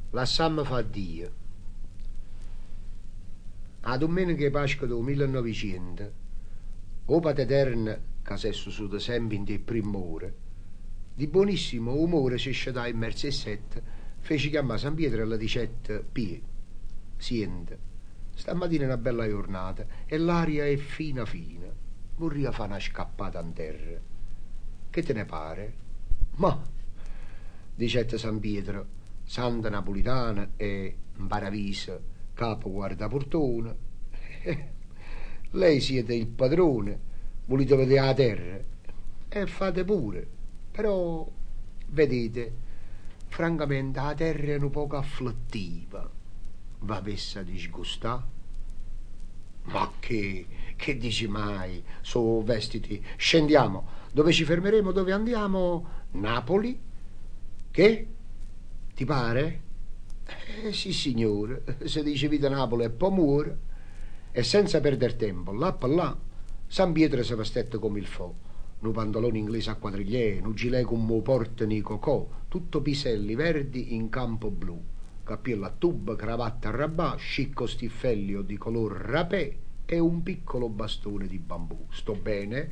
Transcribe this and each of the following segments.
lasciamo fa Dio. A domenica di Pasqua del 1900, o Padre Eterno, che si è sussuto sempre in te primo ore, di buonissimo umore si scetà in mezzo e sette, fece chiamare San Pietro alla dicette Pie. Siente, stamattina è una bella giornata e l'aria è fina fina. Vorrei fare una scappata in terra. Che te ne pare? Ma, dicette San Pietro, Santa Napolitana e Baravisa, capo guardaportone. Lei siete il padrone, volete vedere la terra? E fate pure. Però, vedete, francamente la terra è un poco afflittiva. Va messa a disgustare? Ma che dici mai? Su, vestiti, scendiamo. Dove ci fermeremo? Dove andiamo? Napoli? Che? Ti pare? Sì, signore. Se dicevi da Napoli e poi muore. E senza perdere tempo, là per là, San Pietro si vestette come il fo. Un pantalone inglese a quadrigliere, un gilet con mo porte ni cocò, tutto piselli verdi in campo blu, cappello a tuba, cravatta a rabà, scicco stiffelio di color rapè e un piccolo bastone di bambù. Sto bene?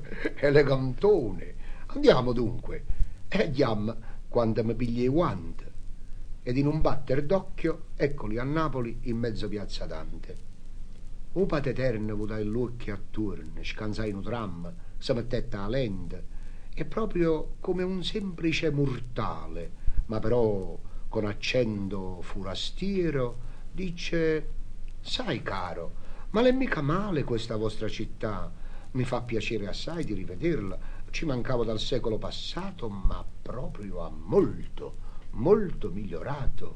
Elegantone. Andiamo dunque. E andiamo quando mi piglia i guanti. Ed in un batter d'occhio, eccoli a Napoli in mezzo piazza Dante. Un Padre Eterno vuoi l'occhio attorno, scansai un tram, si mettette a lente, e proprio come un semplice mortale, ma però con accento forastiero, dice: sai caro, ma non è mica male questa vostra città, mi fa piacere assai di rivederla, ci mancavo dal secolo passato, ma proprio a molto, molto migliorato.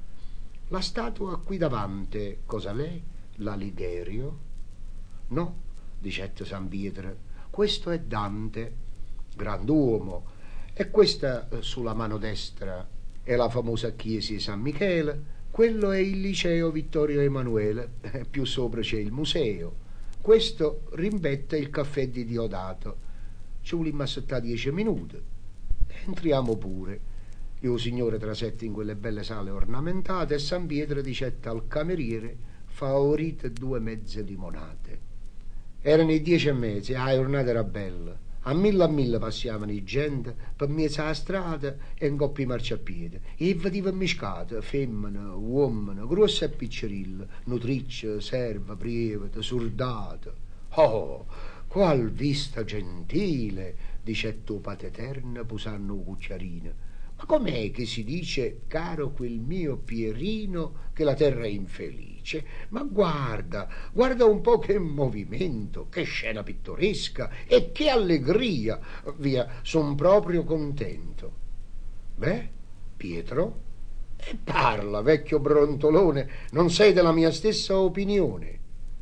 La statua qui davanti, cosa l'è? L'Aligherio? No, dicette San Pietro, questo è Dante, grand'uomo, e questa sulla mano destra è la famosa chiesa di San Michele, quello è il liceo Vittorio Emanuele, più sopra c'è il museo, questo rimbetta il caffè di Diodato. Ci volimmo aspettare 10 minuti. Entriamo pure. Io signore trasette in quelle belle sale ornamentate e San Pietro dicette al cameriere: favorite 2 mezze limonate. Erano i 10:30, la giornata era bella. A mille passavano i gente per mezzo alla strada e in coppia marciapiede. E vedeva miscate, femmine, uomini, grosse e piccerille, nutricce, serve, prievete, surdate. Oh, qual vista gentile, dicette o Padre Eterno posando un cucciarino. Ma com'è che si dice, caro quel mio Pierino, che la terra è infelice? Ma guarda, guarda un po' che movimento, che scena pittoresca e che allegria. Via, son proprio contento. Beh, Pietro? E parla, vecchio brontolone, non sei della mia stessa opinione?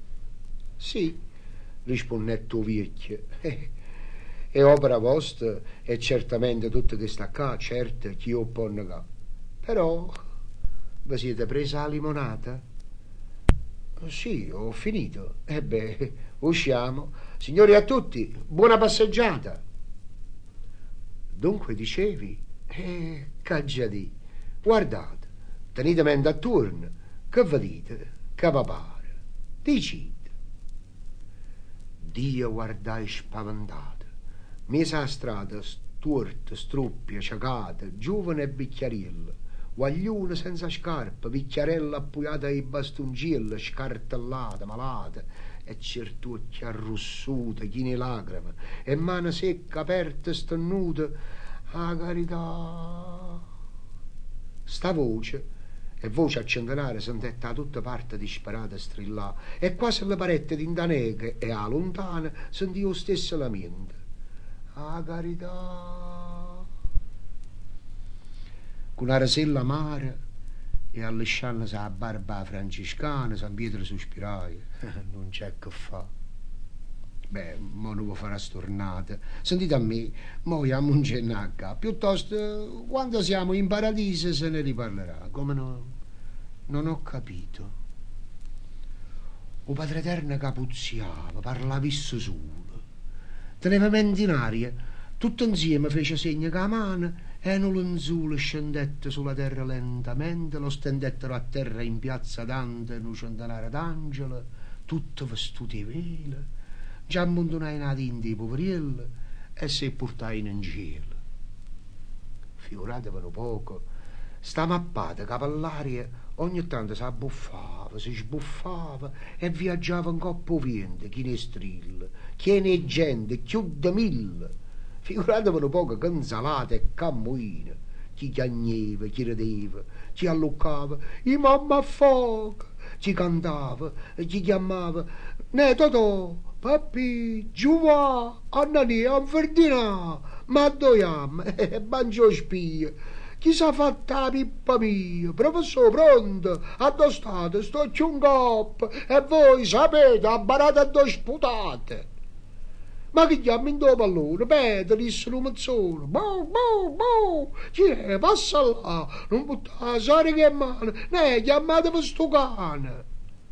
Sì, rispondetto vecchio. E opera vostra è certamente tutta questa qua, certo, chi io può negare. Però, vi siete presa la limonata? Sì, ho finito. E beh, usciamo. Signori a tutti, buona passeggiata. Dunque dicevi? Caggiadì. Guardate, tenete mente a turno. Che vedete? Che vi pare? Dicite. Dio guardai spaventato. Mise a strada storte, struppie, ciacate, giovane e bicchiarella, guaglione senza scarpe, bicchiarella appoggiata ai bastoncilli, scartellata, malata, e certi occhi arrossute, chini lacrime, e mano secca, aperte, stennute, a carità. Sta voce, e voce a centenare, sentetta da tutte parti disperata e strillare, e quasi le parette d'indaneche e a lontana sentì lo stesso lamento. A carità. Con una rasella amara e allisciandosi la barba francescana, San Pietro sospirai. Non c'è che fa. Beh, mo non può fare una stornata. Sentite a me, mo andiamo un cenacca. Piuttosto, quando siamo in paradiso se ne riparlerà. Come no? Non ho capito. O Padre Eterno capuzziava, parlava solo. Teneva mente in aria, Tutto insieme fece segno con la mano e un lenzuolo scendette sulla terra lentamente, lo stendettero a terra in piazza Dante un centinaio d'angeli, tutto vestuti di vele, già abbandonai una tinta i poverielli e si portai in cielo. Figuratevi un poco, sta mappata capo all'aria ogni tanto si abbuffava, si sbuffava e viaggiava in coppa vento, chi ne strilla, chi ne gente, più di 1000. Figuratevi un poco che insalata e cammuina, chi chiagneva, chi rideva, chi alluccava, i mamma a fuoco, chi cantava, chi chiamava, ne Totò, papì, giù Annania, Ferdinà, ma doiam, bancio spia. Chi s'ha fatta la pippa mia? Professore, pronto? Addo state? Sto un coppo e voi sapete, abbarate a due sputate. Ma che chiami in due pallone? Pete, disse un mezzone. Boh, boh, boh. Chi è? Passa là. Non buttare la sarica in mano. Ne, chiamatevi sto cane.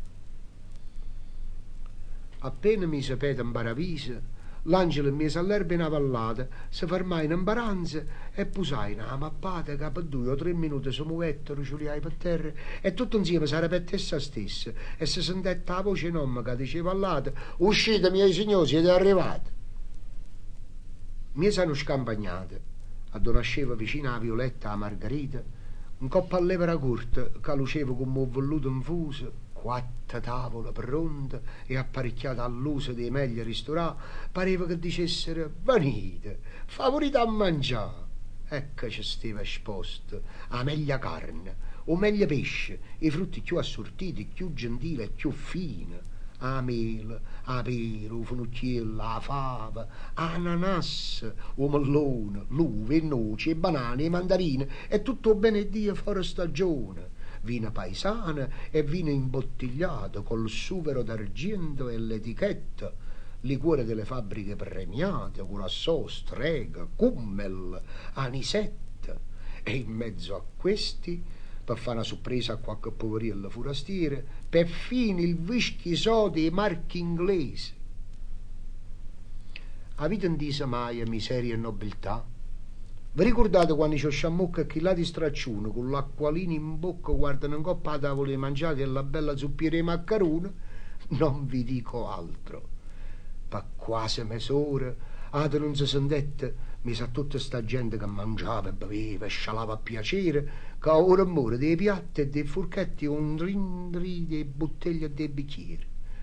Appena mi sapete in paravisa, l'angelo mise all'erba in vallata, si fermai in imbaranza e pusai una mappata che per 2 o 3 minuti si muovettero, ciuliai per terra e tutto insieme si ripette essa stessa e si sentette la voce enorme che diceva all'altra: uscite miei signori, siete arrivati. Mi sono scampagnate, addonasceva vicino a Violetta a Margherita, un coppa a levera corta che luceva come un velluto infuso, 4 tavole pronte e apparecchiate all'uso dei meglio ristorati, pareva che dicessero: venite, favorite a mangiare. Ecco ci stava esposto a meglio carne, o meglio pesce, i frutti più assortiti, più gentili e più fini, a mele, a pero, funucchiello, a fava, ananas, o mellone, l'uve, noci, banane, mandarine e tutto bene Dio fuori stagione, vino paesana e vino imbottigliato col sughero d'argento e l'etichetta, liquore delle fabbriche premiate, Curaçao, Strega, Kummel, Anisette, e in mezzo a questi, per fare una sorpresa a qualche poveriello forastiere, perfino il whisky soda e i marchi inglesi. Avete intesa mai miseria e nobiltà? Vi ricordate quando ci sciammucca chi là di stracciuno con l'acquolina in bocca guardano in coppa a tavola di mangiare e la bella zuppiera di maccarone? Non vi dico altro. Per quasi mezz'ora, non si sentette, mi sa tutta sta gente che mangiava e beveva e scialava a piacere, che a rumore dei piatti e dei forchetti un rindri dei bottiglie e dei bicchieri.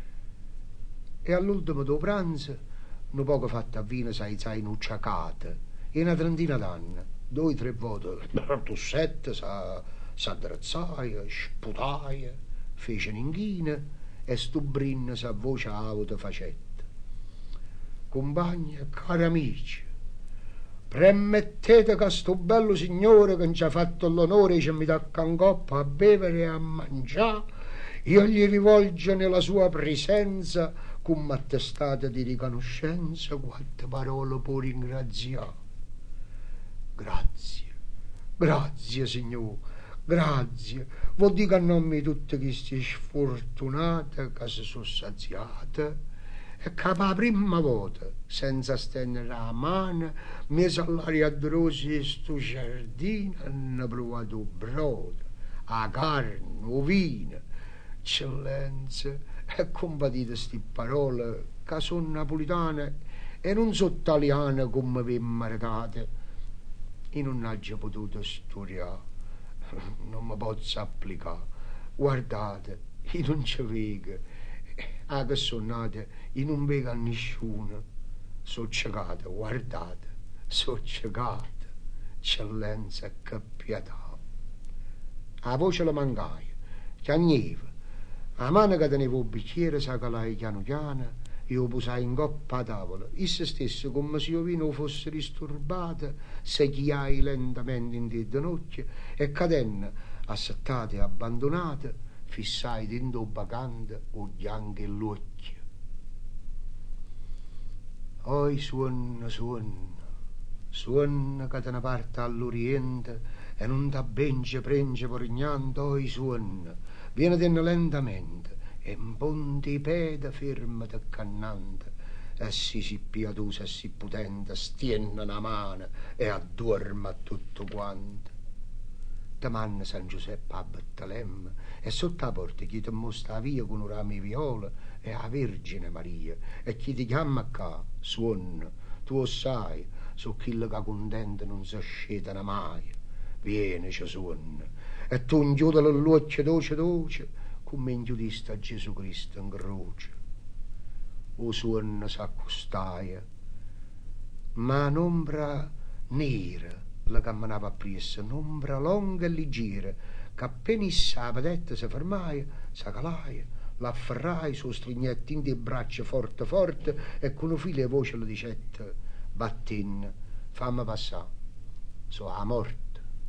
E all'ultimo do pranzo, un poco fatta a vino sai nucciacate, e una trentina d'anni, 2 o 3 volte, tussette, s'addrezzai, sputai, fece un'inchina e stubrin sa voce auto facette. Compagni e cari amici, permettete che sto bello signore che ci ha fatto l'onore ci mi tocca un coppa a bere e a mangiare, io gli rivolgo nella sua presenza come attestate di riconoscenza 4 parole per ringraziare. Grazie, grazie signore, grazie. Vuol dire che a nome di tutte queste sfortunate che si sono saziate e che per la prima volta, senza stendere la mano, mi sono l'aria adrosi sto giardino e hanno provato il brodo, la carne, il vino. Eccellenze, e compatite queste parole che sono napolitane e non sono italiane come vi immaridate. Io non ho potuto studiare, non mi posso applicare. Guardate, io non ci vedo, che sono nate, io non vedo a nessuno. Sono ciecato, guardate, sono ciecato, eccellenza, che pietà. La voce la mancai, chiagneva, la mano che tenevo il bicchiere s'accalai piano piano, io posai in coppa a tavola, essa stesso come se io vino fosse disturbata, seghiai lentamente in due ginocchia e cadenne, assettate e abbandonate, fissai dentro vacante o bianco e l'occhio. Oi suona, suona, suona che te ne parte all'oriente e non t'abbence prenge per niente, oi suona, viene lentamente e in ponte i piedi ferma te cannante e si pietosa e si potente, stienne una mano e addorma tutto quanto. Domani San Giuseppe a Bettelemme e sotto la porta chi ti mostra via con un ramo di viola è la Vergine Maria e chi ti chiama qua, suona, tu lo sai, su quello che contento non si scetano mai. Vieni, ci suona, e tu inchiudi l'occhio dolce, come inchiudiste a Gesù Cristo in croce. O suona s'accostaia, ma un'ombra nera la camminava appresso, un'ombra longa e leggera, che appena issa la vedette si fermaia, si calaia, l'afferrai, suo stringette in dei braccia forte e con un filo di voce le dicette, Battin, fammi passare, so a morte.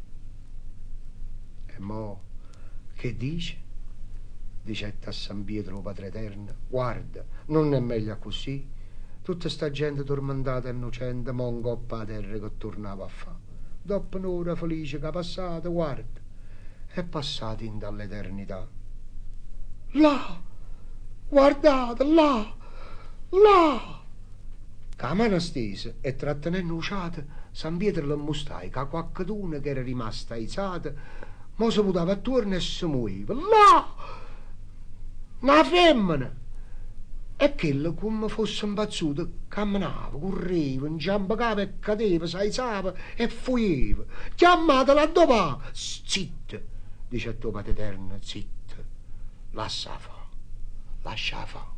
E mo, che dice? Dicette a San Pietro, Padre Eterno, guarda, non è meglio così? Tutta sta gente tormentata e innocente, mo un coppa a terra che tornava a fa. Dopo un'ora felice che è passata, guarda, è passata in dall'eternità. Là, guardate, là, là! Con la mano stesa e trattenendo usata, San Pietro le mostrai che qualcuna che era rimasta aizzata, mo si poteva attorno e si muoveva. Là! Una femmina! E quello, come fosse impazzuto, camminava, correva, inciampacava e cadeva, s'aizzava e fuiva. Chiamatela dov'è? Zitta, dice il tuo Padre Eterno, zitta. Lascia fa.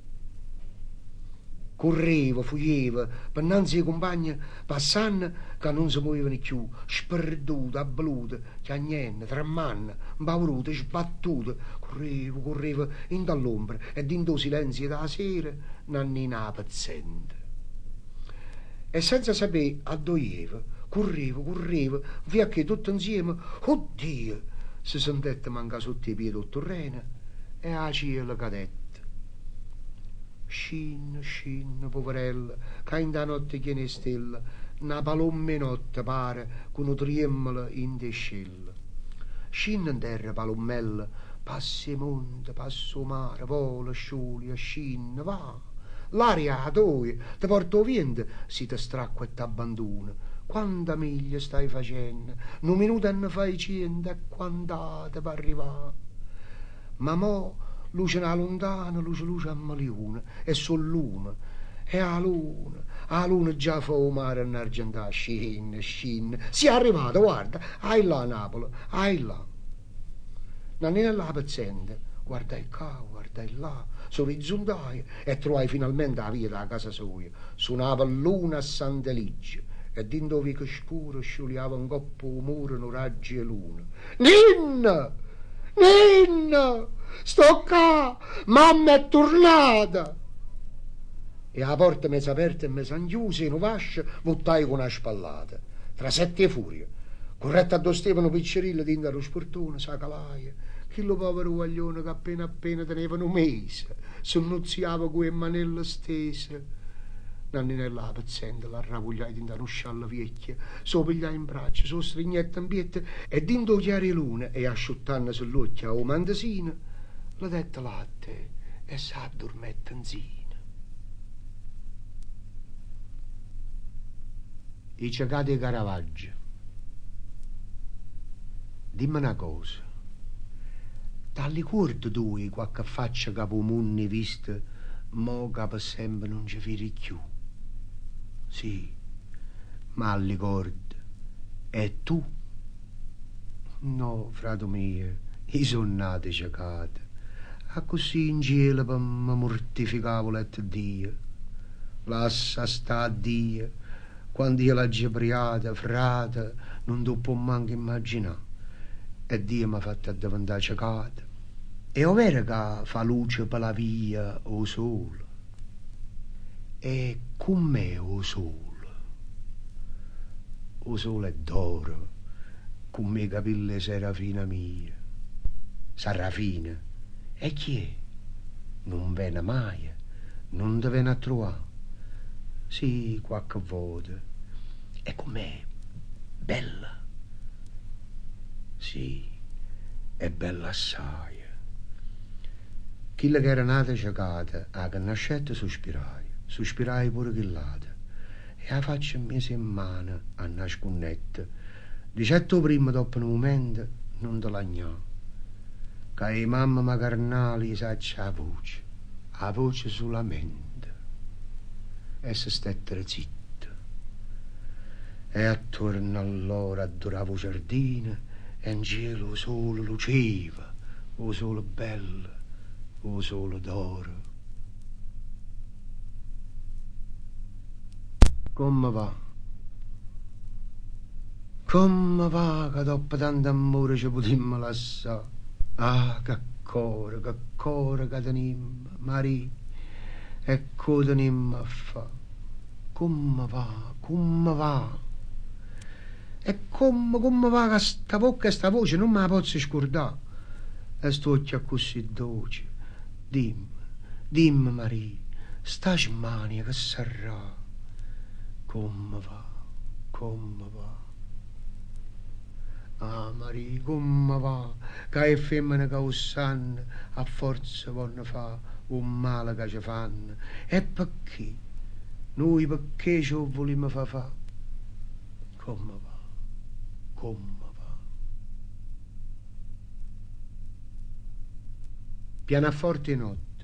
Correva, fuggeva, pannanzi ai compagni, passando che non si muovevano più, sperduta, abbaluta, chiagnenne, tremando, impauruta, sbattuta. Correva in dall'ombra e dentro silenzio della sera, nannina paziente. E senza sapere a dove correva, via che tutto insieme, oddio, si sentette mancare sotto i piedi tutto il terreno e a cielo cadette. Scin, poverella, che in da notte chiene stella, una palomma in notte pare, con un tremolo in descella. Scin in terra, palommella, passi monte, passo mare, vola, scioglie, scin, va. L'aria a toi, ti porta vento, si ti stracqua e ti abbandona. Quanta miglia stai facendo? Un minuto ne fai 100 e quant'ate per arrivare? Ma mo luce una lontana, luce a malione, e sul lume, e a luna già fa o mare in argentà, scin, si è arrivato, guarda, hai là Napoli, hai là. Nannina là paziente, guardai qua, guardai là, s'orizzontai e trovai finalmente la via da casa sua, suonava luna a Sant'Eligio, e dentro che scuro sciuliava un coppo muro, un raggi e luna. Ninna, sto qua, mamma è tornata. E la porta mezza aperta e mezza chiusa, in un vascio, buttai con una spallata. Tra sette furie, corretta a Stefano Piccirillo dentro allo sportone, sa calaia, che lo povero guaglione che appena teneva un mese, sonnuzziava con le manelle stese. Nanninella paziente la ravogliai dentro una scialla vecchia, so pigliai in braccio, so strignetta in pietta e dentro chiare luna e asciuttanna sull'occhio o mandasina, le dette latte e s'addormetta inzina. I cecati di Caravaggio. Dimmi una cosa, tali corte tu qualche faccia capo munni vista, mo capo sempre non ci vedi più. Sì, ma alle corde. E tu? No, frato mio, io sono nato cecate. A così in cielo per mi mortificavo letto Dio. Lascia sta a Dio. Quando io l'ho giabriata, frate, non ti può manco immaginare. E Dio mi ha fatto diventare cecata. E è vero che fa luce per la via o sole? E com'è o sole? O sole è d'oro, come i capelli Serafina mia. Serafina? E chi è? Non viene mai, non ti viene a trovare. Sì, qualche volta. E com'è? Bella. Sì, è bella assai. Quella che era nata cecata, a che nascette sospirai. Sospirai pure chillata e la faccia mise in mano a nasconnetta. Di certo prima dopo un momento non te lagnò. Che i mamma ma carnali saccia a voce solamente. E si stettero zitta. E attorno all'ora adoravo giardino e in cielo sole luceva, o sole bello, o sole d'oro. Come va? Come va che dopo tanto amore ci potemmo lasciare? Ah, che cuore che tenim, Maria, e che tenim a fa? Come va, come va? E come va che sta bocca e sta voce non me la posso scordare? E sto occhio così dolce. Dimmi, Maria, sta smania che sarà? Come va, come va? Ah, Maria, come va? Che è femmina che lo sanno, a forza vanno fa un male che ci fanno. E perché? Noi perché ci vogliamo fa? Come va? Come va? Pianoforte in notte.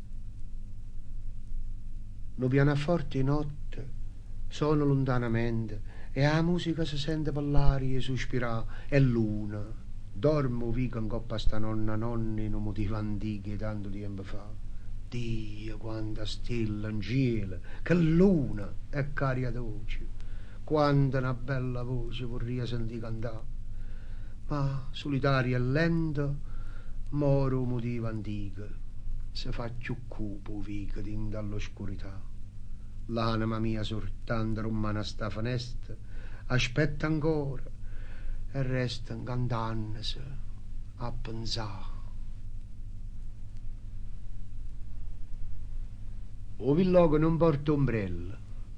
Lo pianoforte in notte suona lontanamente e la musica si sente per l'aria sospirare e luna. Dormo vico in coppa a sta nonni in un motivo antico tanto tempo fa. Dio, quanta stella in cielo, che luna e caria dolce, quanta una bella voce vorrei sentire cantare. Ma solitaria e lenta, moro un motivo antico, si fa più cupo vico dentro all'oscurità. L'anima mia soltanto romana sta finestra, aspetta ancora e resta incantandosi a pensare. O villogo non porta ombrella.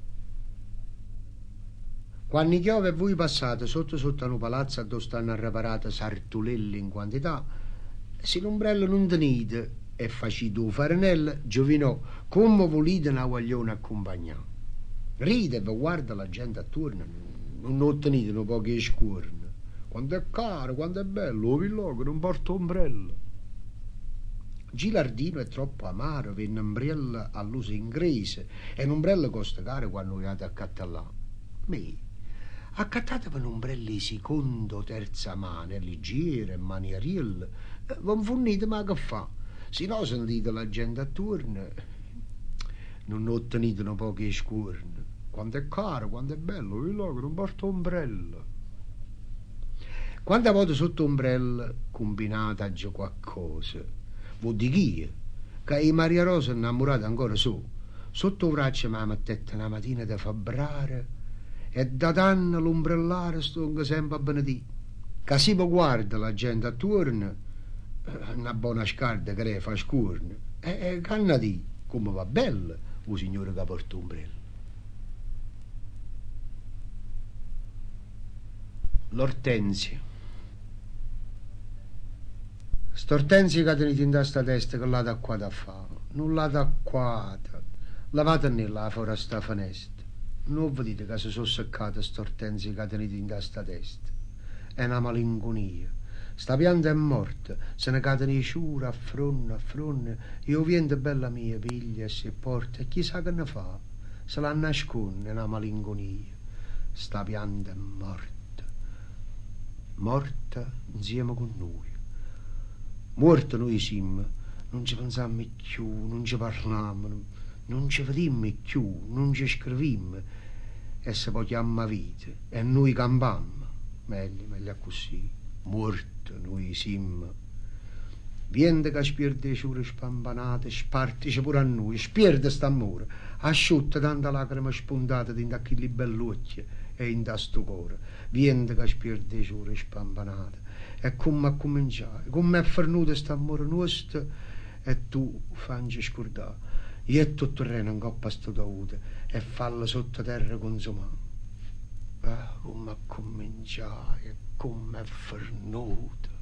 Quando piove e voi passate sotto un palazzo dove stanno riparate sartulelli in quantità, se l'ombrello non tenete e facite un farinello, giovinò, come volete una guaglione accompagnare. Ride e vi guarda la gente attorno, non ottenete un po' che scuorno. Quanto è caro, quanto è bello, o villogo non porta ombrello. Gilardino è troppo amaro, venne ombrello all'uso inglese e l'ombrello costa caro quando andate a cattallare. Me, accattatevi un ombrello di secondo, terza mano, leggero, manieriello, non fornite ma che fa? Se no sentite la gente attorno, non ottenete un po' che scuorno. Quanto è caro, quanto è bello, villogo non porta ombrello. Quando avete sotto ombrello combinata già qualcosa, vuol dire chi? Che i Maria Rosa innamorata ancora su, sotto il braccio mi mettete una mattina da febbraio e da tanto l'ombrellare sto sempre a benedire. Che si guarda la gente attorno, una buona scarda che lei fa scurno, e canna di come va bello il signore che porta ombrello. L'ortensio. St'ortensio che tenete in testa testa che l'ha da qua da fare, non l'ha da qua, lavate nella fuori sta finestra. Non vedete che si sono seccate st'ortensio che tenete in testa testa. È una malinconia. Sta pianta è morta, se ne cadono i ciuri a fronne, io viento bella mia piglia e si porta e chissà che ne fa, se la nasconde una malinconia. Sta pianta è morta insieme con noi. Morto noi siamo, non ci pensammo più, non ci parlammo, non ci vedemmo più, non ci scrivimmo e se poi chiama vita e noi campammo, meglio così, morto noi siamo. Viende che spierde le ciure spampanate, spartici pure a noi, spierde st'amore, asciutta tanta lacrima spuntata dentro a quelle belle occhi e in sto cuore. Viende che spierde le ciure spampanate. E come a cominciare, come è fornuto quest'amore nostro e tu fanci scordare. Io e tutto il reno in coppa sto taute e fallo sotto terra consumare. Ah, come a cominciare, come è fornuto.